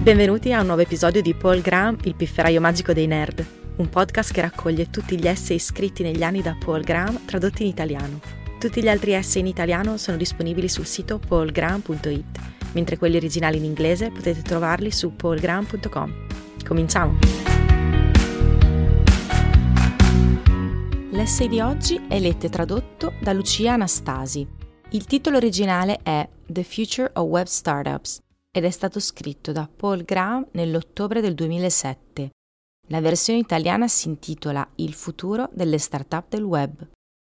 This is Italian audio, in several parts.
Benvenuti a un nuovo episodio di Paul Graham, il pifferaio magico dei nerd, un podcast che raccoglie tutti gli essay scritti negli anni da Paul Graham tradotti in italiano. Tutti gli altri essay in italiano sono disponibili sul sito paulgraham.it, mentre quelli originali in inglese potete trovarli su paulgraham.com. Cominciamo! L'essay di oggi è letto e tradotto da Lucia Anastasi. Il titolo originale è The Future of Web Startups ed è stato scritto da Paul Graham nell'ottobre del 2007. La versione italiana si intitola Il futuro delle startup del web.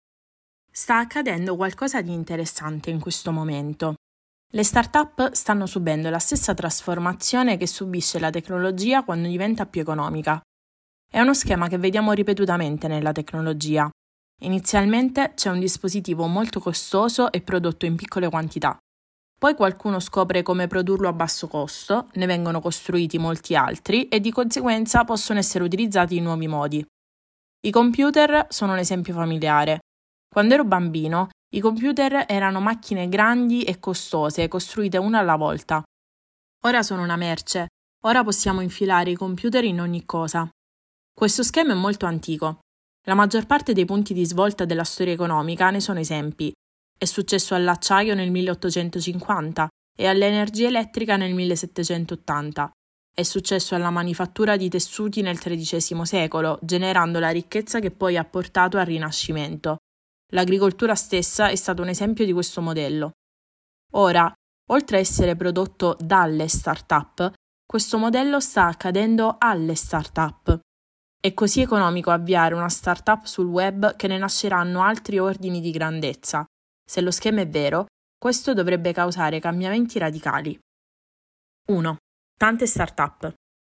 Sta accadendo qualcosa di interessante in questo momento. Le startup stanno subendo la stessa trasformazione che subisce la tecnologia quando diventa più economica. È uno schema che vediamo ripetutamente nella tecnologia. Inizialmente c'è un dispositivo molto costoso e prodotto in piccole quantità. Poi qualcuno scopre come produrlo a basso costo, ne vengono costruiti molti altri e di conseguenza possono essere utilizzati in nuovi modi. I computer sono un esempio familiare. Quando ero bambino, i computer erano macchine grandi e costose, costruite una alla volta. Ora sono una merce. Ora possiamo infilare i computer in ogni cosa. Questo schema è molto antico. La maggior parte dei punti di svolta della storia economica ne sono esempi. È successo all'acciaio nel 1850 e all'energia elettrica nel 1780. È successo alla manifattura di tessuti nel XIII secolo, generando la ricchezza che poi ha portato al Rinascimento. L'agricoltura stessa è stato un esempio di questo modello. Ora, oltre a essere prodotto dalle start-up, questo modello sta accadendo alle start-up. È così economico avviare una start-up sul web che ne nasceranno altri ordini di grandezza. Se lo schema è vero, questo dovrebbe causare cambiamenti radicali. 1. Tante start-up.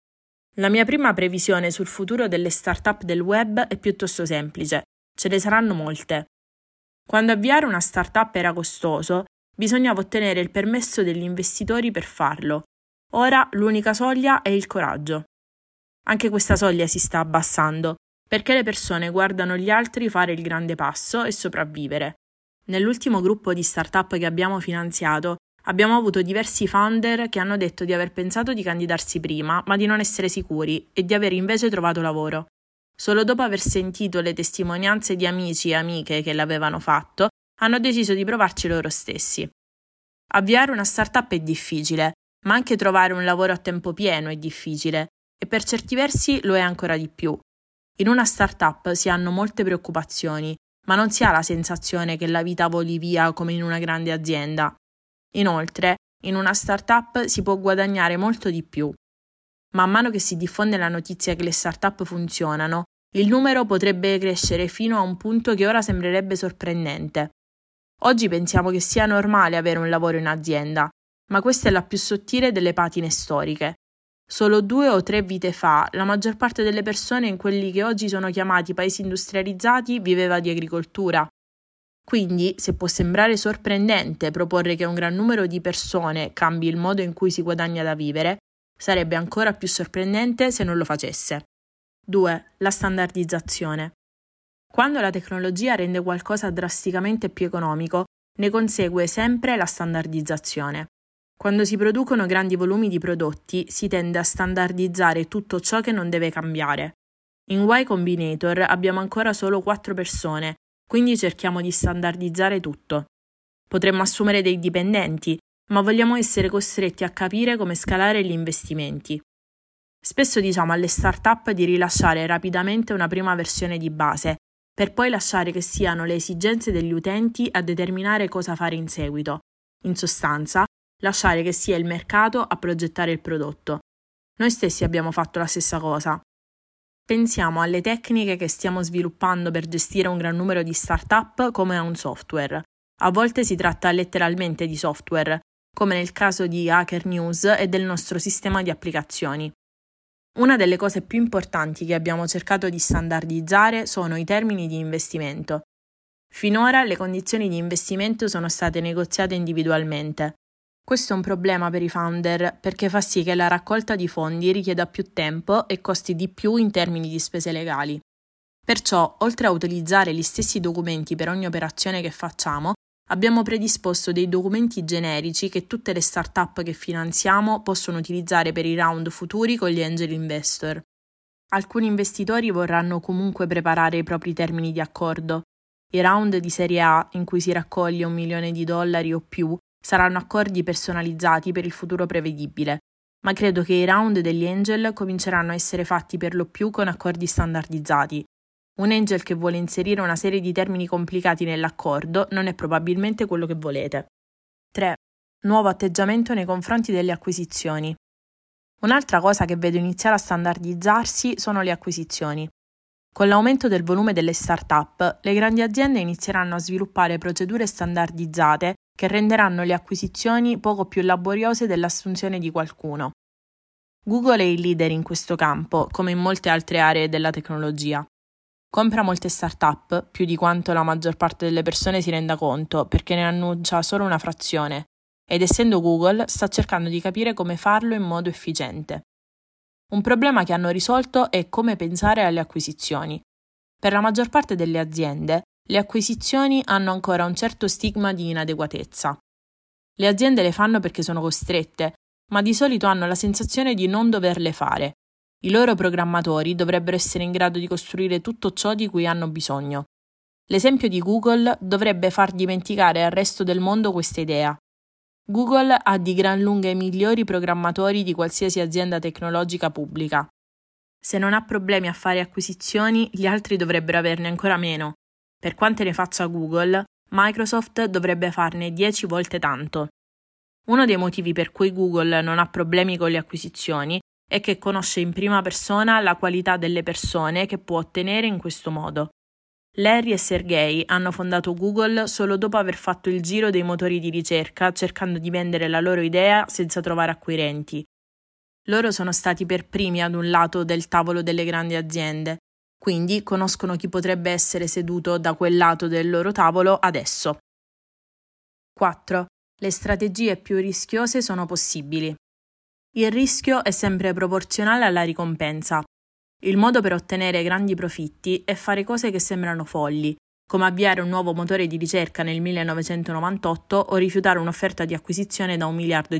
La mia prima previsione sul futuro delle start-up del web è piuttosto semplice. Ce ne saranno molte. Quando avviare una start-up era costoso, bisognava ottenere il permesso degli investitori per farlo. Ora l'unica soglia è il coraggio. Anche questa soglia si sta abbassando, perché le persone guardano gli altri fare il grande passo e sopravvivere. Nell'ultimo gruppo di startup che abbiamo finanziato, abbiamo avuto diversi founder che hanno detto di aver pensato di candidarsi prima, ma di non essere sicuri e di aver invece trovato lavoro. Solo dopo aver sentito le testimonianze di amici e amiche che l'avevano fatto, hanno deciso di provarci loro stessi. Avviare una startup è difficile, ma anche trovare un lavoro a tempo pieno è difficile, e per certi versi lo è ancora di più. In una startup si hanno molte preoccupazioni, ma non si ha la sensazione che la vita voli via come in una grande azienda. Inoltre, in una startup si può guadagnare molto di più. Man mano che si diffonde la notizia che le startup funzionano, il numero potrebbe crescere fino a un punto che ora sembrerebbe sorprendente. Oggi pensiamo che sia normale avere un lavoro in azienda, ma questa è la più sottile delle patine storiche. Solo 2 o 3 vite fa, la maggior parte delle persone in quelli che oggi sono chiamati paesi industrializzati viveva di agricoltura. Quindi, se può sembrare sorprendente proporre che un gran numero di persone cambi il modo in cui si guadagna da vivere, sarebbe ancora più sorprendente se non lo facesse. 2. La standardizzazione. Quando la tecnologia rende qualcosa drasticamente più economico, ne consegue sempre la standardizzazione. Quando si producono grandi volumi di prodotti, si tende a standardizzare tutto ciò che non deve cambiare. In Y Combinator abbiamo ancora solo 4 persone, quindi cerchiamo di standardizzare tutto. Potremmo assumere dei dipendenti, ma vogliamo essere costretti a capire come scalare gli investimenti. Spesso diciamo alle start-up di rilasciare rapidamente una prima versione di base, per poi lasciare che siano le esigenze degli utenti a determinare cosa fare in seguito. In sostanza, lasciare che sia il mercato a progettare il prodotto. Noi stessi abbiamo fatto la stessa cosa. Pensiamo alle tecniche che stiamo sviluppando per gestire un gran numero di start-up come a un software. A volte si tratta letteralmente di software, come nel caso di Hacker News e del nostro sistema di applicazioni. Una delle cose più importanti che abbiamo cercato di standardizzare sono i termini di investimento. Finora le condizioni di investimento sono state negoziate individualmente. Questo è un problema per i founder perché fa sì che la raccolta di fondi richieda più tempo e costi di più in termini di spese legali. Perciò, oltre a utilizzare gli stessi documenti per ogni operazione che facciamo, Abbiamo predisposto dei documenti generici che tutte le start-up che finanziamo possono utilizzare per i round futuri con gli angel investor. Alcuni investitori vorranno comunque preparare i propri termini di accordo. I round di serie A, in cui si raccoglie $1 milione o più, saranno accordi personalizzati per il futuro prevedibile, ma credo che i round degli angel cominceranno a essere fatti per lo più con accordi standardizzati. Un angel che vuole inserire una serie di termini complicati nell'accordo non è probabilmente quello che volete. 3. Nuovo atteggiamento nei confronti delle acquisizioni. Un'altra cosa che vedo iniziare a standardizzarsi sono le acquisizioni. Con l'aumento del volume delle start-up, le grandi aziende inizieranno a sviluppare procedure standardizzate che renderanno le acquisizioni poco più laboriose dell'assunzione di qualcuno. Google è il leader in questo campo, come in molte altre aree della tecnologia. Compra molte start-up, più di quanto la maggior parte delle persone si renda conto, perché ne annuncia solo una frazione, ed essendo Google sta cercando di capire come farlo in modo efficiente. Un problema che hanno risolto è come pensare alle acquisizioni. Per la maggior parte delle aziende, le acquisizioni hanno ancora un certo stigma di inadeguatezza. Le aziende le fanno perché sono costrette, ma di solito hanno la sensazione di non doverle fare. I loro programmatori dovrebbero essere in grado di costruire tutto ciò di cui hanno bisogno. L'esempio di Google dovrebbe far dimenticare al resto del mondo questa idea. Google ha di gran lunga i migliori programmatori di qualsiasi azienda tecnologica pubblica. Se non ha problemi a fare acquisizioni, gli altri dovrebbero averne ancora meno. Per quante ne faccia Google, Microsoft dovrebbe farne 10 volte tanto. Uno dei motivi per cui Google non ha problemi con le acquisizioni è che conosce in prima persona la qualità delle persone che può ottenere in questo modo. Larry e Sergey hanno fondato Google solo dopo aver fatto il giro dei motori di ricerca cercando di vendere la loro idea senza trovare acquirenti. Loro sono stati per primi ad un lato del tavolo delle grandi aziende, quindi conoscono chi potrebbe essere seduto da quel lato del loro tavolo adesso. 4. Le strategie più rischiose sono possibili. Il rischio è sempre proporzionale alla ricompensa. Il modo per ottenere grandi profitti è fare cose che sembrano folli, come avviare un nuovo motore di ricerca nel 1998 o rifiutare un'offerta di acquisizione da $1 miliardo.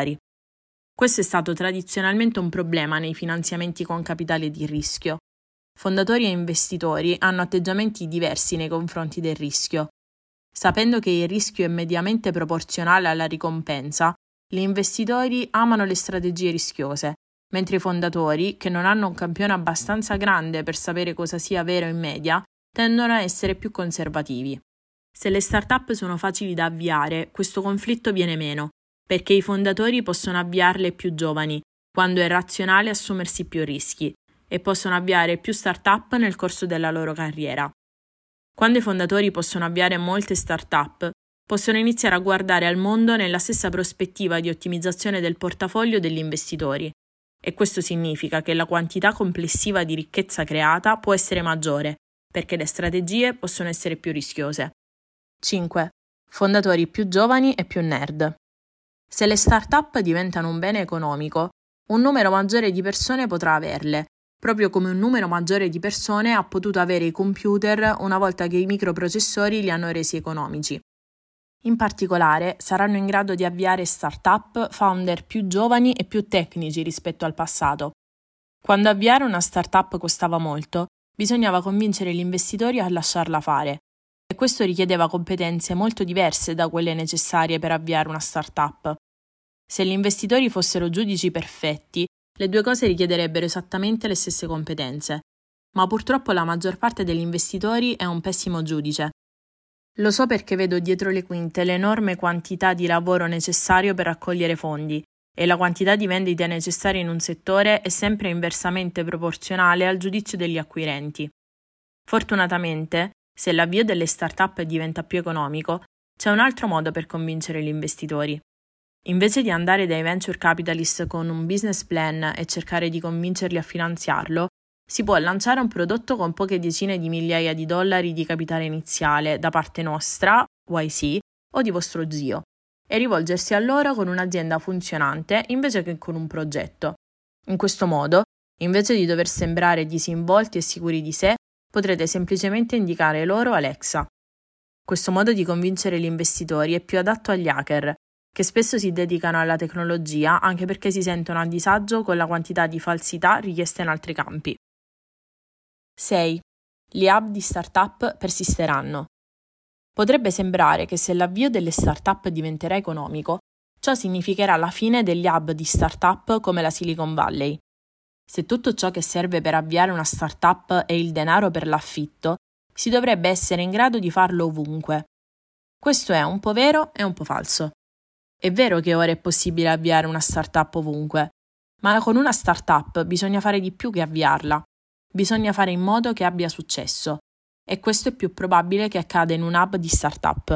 Questo è stato tradizionalmente un problema nei finanziamenti con capitale di rischio. Fondatori e investitori hanno atteggiamenti diversi nei confronti del rischio. Sapendo che il rischio è mediamente proporzionale alla ricompensa, gli investitori amano le strategie rischiose, mentre i fondatori, che non hanno un campione abbastanza grande per sapere cosa sia vero in media, tendono a essere più conservativi. Se le start-up sono facili da avviare, questo conflitto viene meno, perché i fondatori possono avviarle più giovani, quando è razionale assumersi più rischi, e possono avviare più start-up nel corso della loro carriera. Quando i fondatori possono avviare molte start-up, possono iniziare a guardare al mondo nella stessa prospettiva di ottimizzazione del portafoglio degli investitori. E questo significa che la quantità complessiva di ricchezza creata può essere maggiore, perché le strategie possono essere più rischiose. 5. Fondatori più giovani e più nerd. Se le start-up diventano un bene economico, un numero maggiore di persone potrà averle, proprio come un numero maggiore di persone ha potuto avere i computer una volta che i microprocessori li hanno resi economici. In particolare, saranno in grado di avviare start-up founder più giovani e più tecnici rispetto al passato. Quando avviare una start-up costava molto, bisognava convincere gli investitori a lasciarla fare, e questo richiedeva competenze molto diverse da quelle necessarie per avviare una start-up. Se gli investitori fossero giudici perfetti, le due cose richiederebbero esattamente le stesse competenze, ma purtroppo la maggior parte degli investitori è un pessimo giudice. Lo so perché vedo dietro le quinte l'enorme quantità di lavoro necessario per raccogliere fondi e la quantità di vendite necessarie in un settore è sempre inversamente proporzionale al giudizio degli acquirenti. Fortunatamente, se l'avvio delle start-up diventa più economico, c'è un altro modo per convincere gli investitori. Invece di andare dai venture capitalist con un business plan e cercare di convincerli a finanziarlo, si può lanciare un prodotto con poche decine di migliaia di dollari di capitale iniziale da parte nostra, YC, o di vostro zio, e rivolgersi a loro con un'azienda funzionante invece che con un progetto. In questo modo, invece di dover sembrare disinvolti e sicuri di sé, potrete semplicemente indicare loro Alexa. Questo modo di convincere gli investitori è più adatto agli hacker, che spesso si dedicano alla tecnologia anche perché si sentono a disagio con la quantità di falsità richieste in altri campi. 6. Gli hub di startup persisteranno. Potrebbe sembrare che se l'avvio delle startup diventerà economico, ciò significherà la fine degli hub di startup come la Silicon Valley. Se tutto ciò che serve per avviare una startup è il denaro per l'affitto, si dovrebbe essere in grado di farlo ovunque. Questo è un po' vero e un po' falso. È vero che ora è possibile avviare una startup ovunque, ma con una startup bisogna fare di più che avviarla. Bisogna fare in modo che abbia successo, e questo è più probabile che accada in un hub di startup.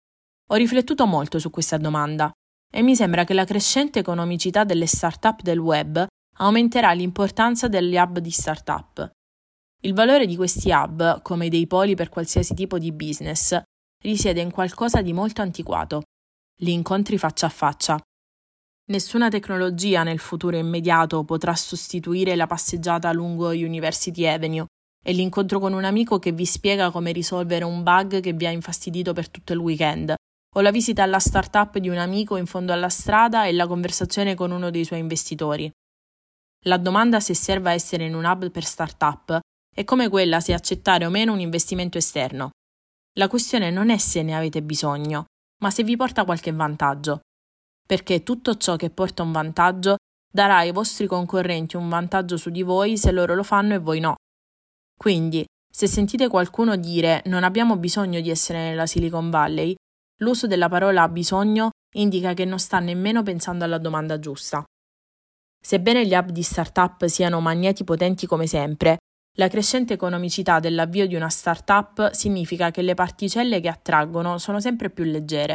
Ho riflettuto molto su questa domanda e mi sembra che la crescente economicità delle startup del web aumenterà l'importanza degli hub di startup. Il valore di questi hub, come dei poli per qualsiasi tipo di business, risiede in qualcosa di molto antiquato: gli incontri faccia a faccia. Nessuna tecnologia nel futuro immediato potrà sostituire la passeggiata lungo University Avenue e l'incontro con un amico che vi spiega come risolvere un bug che vi ha infastidito per tutto il weekend, o la visita alla startup di un amico in fondo alla strada e la conversazione con uno dei suoi investitori. La domanda se serva essere in un hub per startup è come quella se accettare o meno un investimento esterno. La questione non è se ne avete bisogno, ma se vi porta qualche vantaggio. Perché tutto ciò che porta un vantaggio darà ai vostri concorrenti un vantaggio su di voi se loro lo fanno e voi no. Quindi, se sentite qualcuno dire non abbiamo bisogno di essere nella Silicon Valley, l'uso della parola bisogno indica che non sta nemmeno pensando alla domanda giusta. Sebbene gli hub di startup siano magneti potenti come sempre, la crescente economicità dell'avvio di una startup significa che le particelle che attraggono sono sempre più leggere.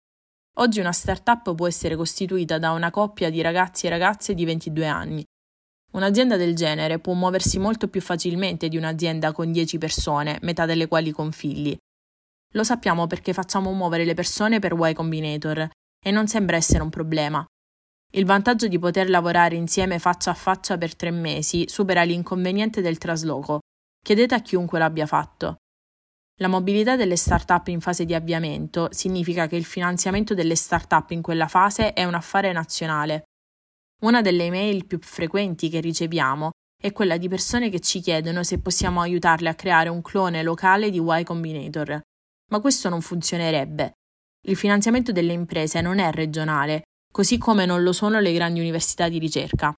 Oggi una startup può essere costituita da una coppia di ragazzi e ragazze di 22 anni. Un'azienda del genere può muoversi molto più facilmente di un'azienda con 10 persone, metà delle quali con figli. Lo sappiamo perché facciamo muovere le persone per Y Combinator e non sembra essere un problema. Il vantaggio di poter lavorare insieme faccia a faccia per 3 mesi supera l'inconveniente del trasloco. Chiedete a chiunque l'abbia fatto. La mobilità delle start-up in fase di avviamento significa che il finanziamento delle start-up in quella fase è un affare nazionale. Una delle email più frequenti che riceviamo è quella di persone che ci chiedono se possiamo aiutarle a creare un clone locale di Y Combinator. Ma questo non funzionerebbe. Il finanziamento delle imprese non è regionale, così come non lo sono le grandi università di ricerca.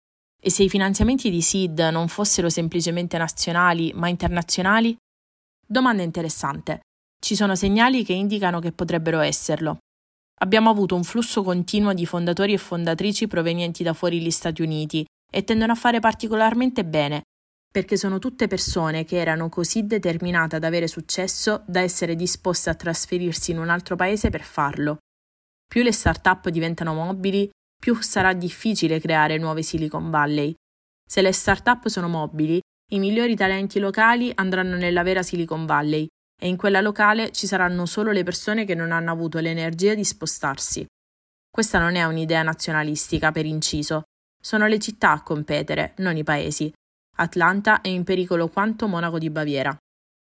E se i finanziamenti di seed non fossero semplicemente nazionali, ma internazionali? Domanda interessante. Ci sono segnali che indicano che potrebbero esserlo. Abbiamo avuto un flusso continuo di fondatori e fondatrici provenienti da fuori gli Stati Uniti e tendono a fare particolarmente bene, perché sono tutte persone che erano così determinate ad avere successo da essere disposte a trasferirsi in un altro paese per farlo. Più le start-up diventano mobili, più sarà difficile creare nuove Silicon Valley. Se le start-up sono mobili, i migliori talenti locali andranno nella vera Silicon Valley e in quella locale ci saranno solo le persone che non hanno avuto l'energia di spostarsi. Questa non è un'idea nazionalistica, per inciso. Sono le città a competere, non i paesi. Atlanta è in pericolo quanto Monaco di Baviera.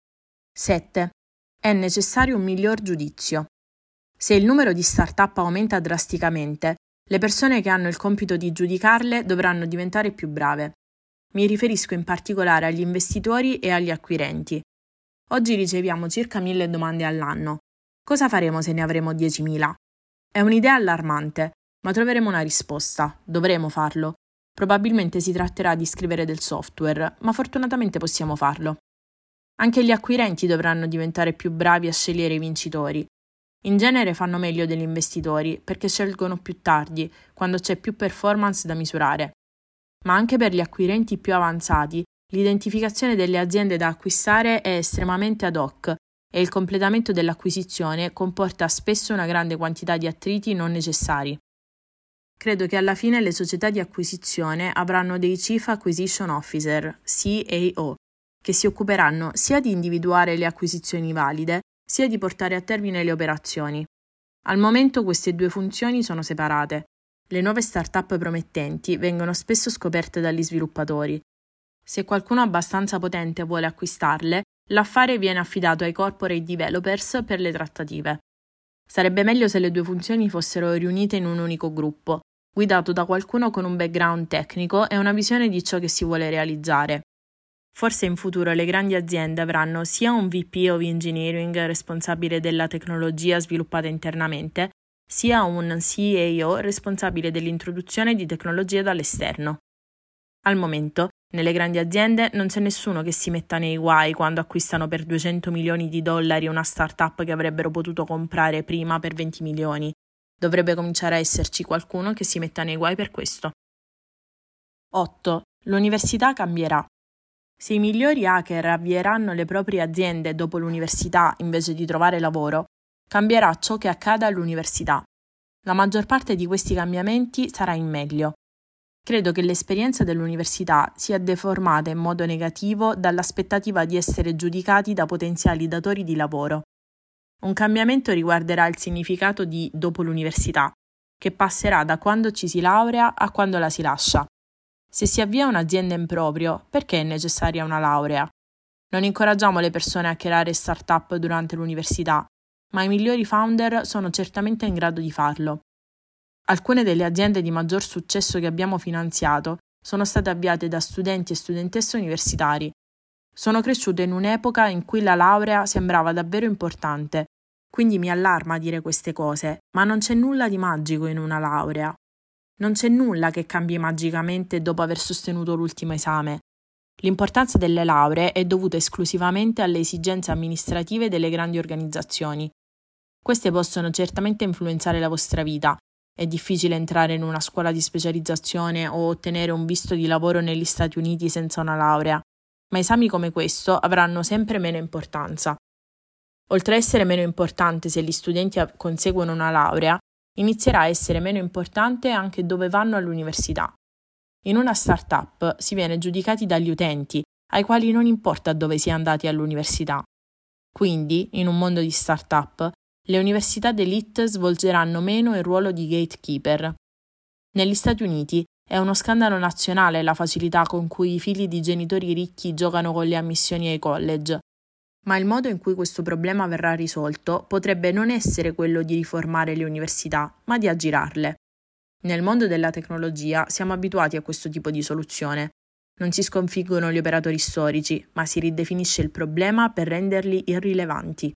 7. È necessario un miglior giudizio. Se il numero di start-up aumenta drasticamente, le persone che hanno il compito di giudicarle dovranno diventare più brave. Mi riferisco in particolare agli investitori e agli acquirenti. Oggi riceviamo circa 1000 domande all'anno. Cosa faremo se ne avremo 10.000? È un'idea allarmante, ma troveremo una risposta. Dovremo farlo. Probabilmente si tratterà di scrivere del software, ma fortunatamente possiamo farlo. Anche gli acquirenti dovranno diventare più bravi a scegliere i vincitori. In genere fanno meglio degli investitori perché scelgono più tardi, quando c'è più performance da misurare. Ma anche per gli acquirenti più avanzati, l'identificazione delle aziende da acquistare è estremamente ad hoc e il completamento dell'acquisizione comporta spesso una grande quantità di attriti non necessari. Credo che alla fine le società di acquisizione avranno dei Chief Acquisition Officer, CAO, che si occuperanno sia di individuare le acquisizioni valide, sia di portare a termine le operazioni. Al momento queste due funzioni sono separate. Le nuove start-up promettenti vengono spesso scoperte dagli sviluppatori. Se qualcuno abbastanza potente vuole acquistarle, L'affare viene affidato ai corporate developers per le trattative. Sarebbe meglio se le due funzioni fossero riunite in un unico gruppo, guidato da qualcuno con un background tecnico e una visione di ciò che si vuole realizzare. Forse in futuro le grandi aziende avranno sia un VP of Engineering responsabile della tecnologia sviluppata internamente, sia un CAO responsabile dell'introduzione di tecnologie dall'esterno. Al momento, nelle grandi aziende non c'è nessuno che si metta nei guai quando acquistano per $200 milioni una startup che avrebbero potuto comprare prima per 20 milioni. Dovrebbe cominciare a esserci qualcuno che si metta nei guai per questo. 8. L'università cambierà. Se i migliori hacker avvieranno le proprie aziende dopo l'università invece di trovare lavoro, cambierà ciò che accade all'università. La maggior parte di questi cambiamenti sarà in meglio. Credo che l'esperienza dell'università sia deformata in modo negativo dall'aspettativa di essere giudicati da potenziali datori di lavoro. Un cambiamento riguarderà il significato di dopo l'università, che passerà da quando ci si laurea a quando la si lascia. Se si avvia un'azienda in proprio, perché è necessaria una laurea? Non incoraggiamo le persone a creare start-up durante l'università, ma i migliori founder sono certamente in grado di farlo. Alcune delle aziende di maggior successo che abbiamo finanziato sono state avviate da studenti e studentesse universitari. Sono cresciute in un'epoca in cui la laurea sembrava davvero importante, quindi mi allarma dire queste cose, ma non c'è nulla di magico in una laurea. Non c'è nulla che cambi magicamente dopo aver sostenuto l'ultimo esame. L'importanza delle lauree è dovuta esclusivamente alle esigenze amministrative delle grandi organizzazioni. Queste possono certamente influenzare la vostra vita. È difficile entrare in una scuola di specializzazione o ottenere un visto di lavoro negli Stati Uniti senza una laurea, ma esami come questo avranno sempre meno importanza. Oltre a essere meno importante se gli studenti conseguono una laurea, inizierà a essere meno importante anche dove vanno all'università. In una startup si viene giudicati dagli utenti, ai quali non importa dove si è andati all'università. Quindi, in un mondo di startup, le università d'élite svolgeranno meno il ruolo di gatekeeper. Negli Stati Uniti è uno scandalo nazionale la facilità con cui i figli di genitori ricchi giocano con le ammissioni ai college. Ma il modo in cui questo problema verrà risolto potrebbe non essere quello di riformare le università, ma di aggirarle. Nel mondo della tecnologia siamo abituati a questo tipo di soluzione. Non si sconfiggono gli operatori storici, ma si ridefinisce il problema per renderli irrilevanti.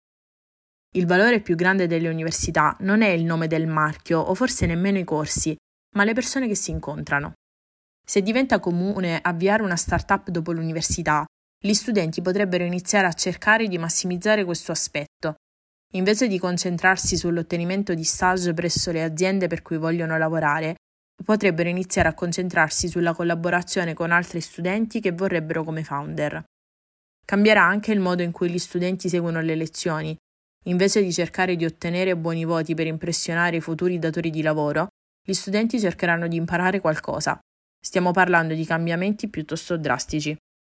Il valore più grande delle università non è il nome del marchio o forse nemmeno i corsi, ma le persone che si incontrano. Se diventa comune avviare una startup dopo l'università, gli studenti potrebbero iniziare a cercare di massimizzare questo aspetto. Invece di concentrarsi sull'ottenimento di stage presso le aziende per cui vogliono lavorare, potrebbero iniziare a concentrarsi sulla collaborazione con altri studenti che vorrebbero come founder. Cambierà anche il modo in cui gli studenti seguono le lezioni. Invece di cercare di ottenere buoni voti per impressionare i futuri datori di lavoro, gli studenti cercheranno di imparare qualcosa. Stiamo parlando di cambiamenti piuttosto drastici.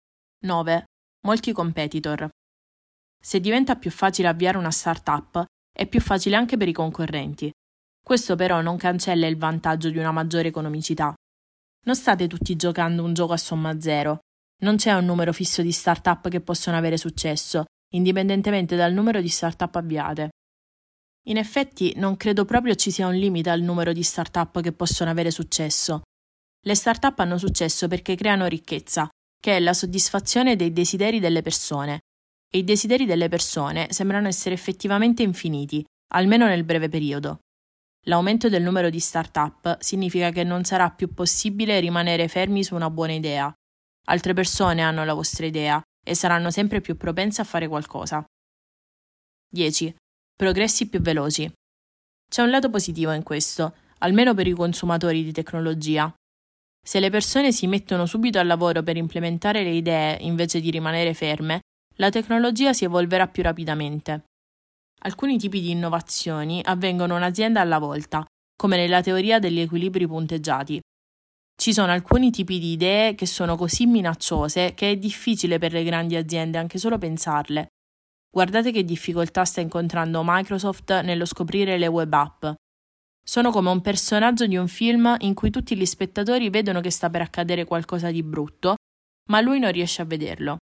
9. Molti competitor. Se diventa più facile avviare una startup, è più facile anche per i concorrenti. Questo però non cancella il vantaggio di una maggiore economicità. Non state tutti giocando un gioco a somma zero. Non c'è un numero fisso di startup che possono avere successo, indipendentemente dal numero di startup avviate. In effetti, non credo proprio ci sia un limite al numero di startup che possono avere successo. Le startup hanno successo perché creano ricchezza, che è la soddisfazione dei desideri delle persone. E i desideri delle persone sembrano essere effettivamente infiniti, almeno nel breve periodo. L'aumento del numero di startup significa che non sarà più possibile rimanere fermi su una buona idea. Altre persone hanno la vostra idea e saranno sempre più propense a fare qualcosa. 10. Progressi più veloci. C'è un lato positivo in questo, almeno per i consumatori di tecnologia. Se le persone si mettono subito al lavoro per implementare le idee invece di rimanere ferme, la tecnologia si evolverà più rapidamente. Alcuni tipi di innovazioni avvengono un'azienda alla volta, come nella teoria degli equilibri punteggiati. Ci sono alcuni tipi di idee che sono così minacciose che è difficile per le grandi aziende anche solo pensarle. Guardate che difficoltà sta incontrando Microsoft nello scoprire le web app. Sono come un personaggio di un film in cui tutti gli spettatori vedono che sta per accadere qualcosa di brutto, ma lui non riesce a vederlo.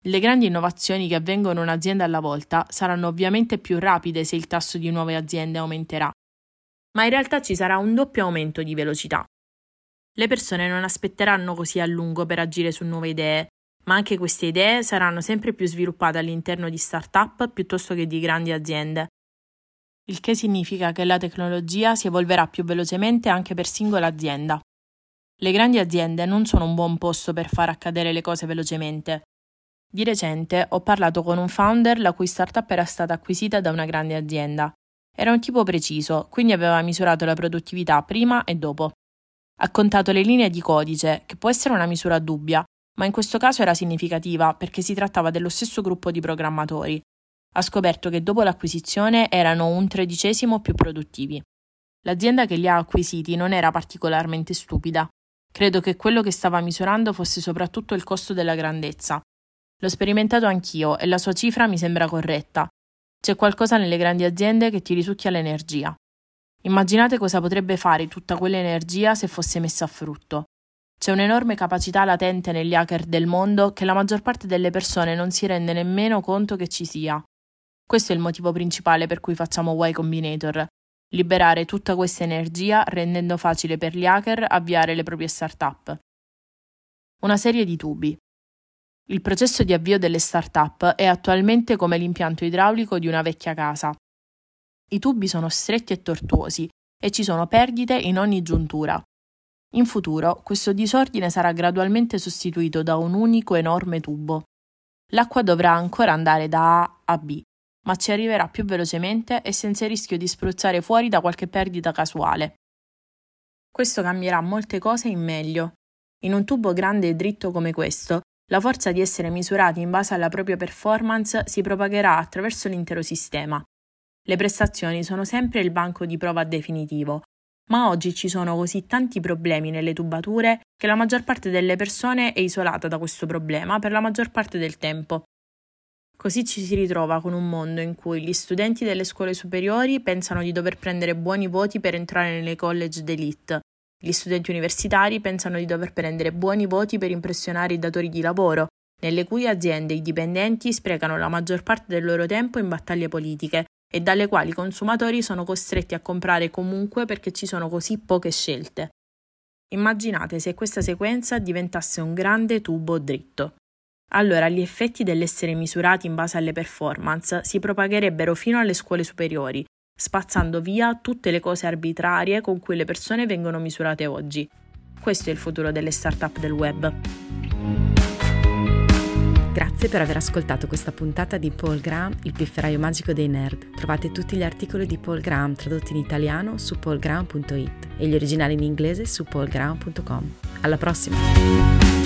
Le grandi innovazioni che avvengono un'azienda alla volta saranno ovviamente più rapide se il tasso di nuove aziende aumenterà, ma in realtà ci sarà un doppio aumento di velocità. Le persone non aspetteranno così a lungo per agire su nuove idee, ma anche queste idee saranno sempre più sviluppate all'interno di start-up piuttosto che di grandi aziende. Il che significa che la tecnologia si evolverà più velocemente anche per singola azienda. Le grandi aziende non sono un buon posto per far accadere le cose velocemente. Di recente ho parlato con un founder la cui startup era stata acquisita da una grande azienda. Era un tipo preciso, quindi aveva misurato la produttività prima e dopo. Ha contato le linee di codice, che può essere una misura dubbia, ma in questo caso era significativa perché si trattava dello stesso gruppo di programmatori. Ha scoperto che dopo l'acquisizione erano 1/13 più produttivi. L'azienda che li ha acquisiti non era particolarmente stupida. Credo che quello che stava misurando fosse soprattutto il costo della grandezza. L'ho sperimentato anch'io e la sua cifra mi sembra corretta. C'è qualcosa nelle grandi aziende che ti risucchia l'energia. Immaginate cosa potrebbe fare tutta quell'energia se fosse messa a frutto. C'è un'enorme capacità latente negli hacker del mondo che la maggior parte delle persone non si rende nemmeno conto che ci sia. Questo è il motivo principale per cui facciamo Y Combinator. Liberare tutta questa energia rendendo facile per gli hacker avviare le proprie start-up. Una serie di tubi. Il processo di avvio delle start-up è attualmente come l'impianto idraulico di una vecchia casa. I tubi sono stretti e tortuosi e ci sono perdite in ogni giuntura. In futuro questo disordine sarà gradualmente sostituito da un unico enorme tubo. L'acqua dovrà ancora andare da A a B, ma ci arriverà più velocemente e senza il rischio di spruzzare fuori da qualche perdita casuale. Questo cambierà molte cose in meglio. In un tubo grande e dritto come questo, la forza di essere misurati in base alla propria performance si propagherà attraverso l'intero sistema. Le prestazioni sono sempre il banco di prova definitivo, ma oggi ci sono così tanti problemi nelle tubature che la maggior parte delle persone è isolata da questo problema per la maggior parte del tempo. Così ci si ritrova con un mondo in cui gli studenti delle scuole superiori pensano di dover prendere buoni voti per entrare nelle college d'élite. Gli studenti universitari pensano di dover prendere buoni voti per impressionare i datori di lavoro, nelle cui aziende i dipendenti sprecano la maggior parte del loro tempo in battaglie politiche e dalle quali i consumatori sono costretti a comprare comunque perché ci sono così poche scelte. Immaginate se questa sequenza diventasse un grande tubo dritto. Allora gli effetti dell'essere misurati in base alle performance si propagherebbero fino alle scuole superiori, spazzando via tutte le cose arbitrarie con cui le persone vengono misurate oggi. Questo è il futuro delle start-up del web. Grazie per aver ascoltato questa puntata di Paul Graham, il pifferaio magico dei nerd. Trovate tutti gli articoli di Paul Graham tradotti in italiano su paulgraham.it e gli originali in inglese su paulgraham.com. Alla prossima!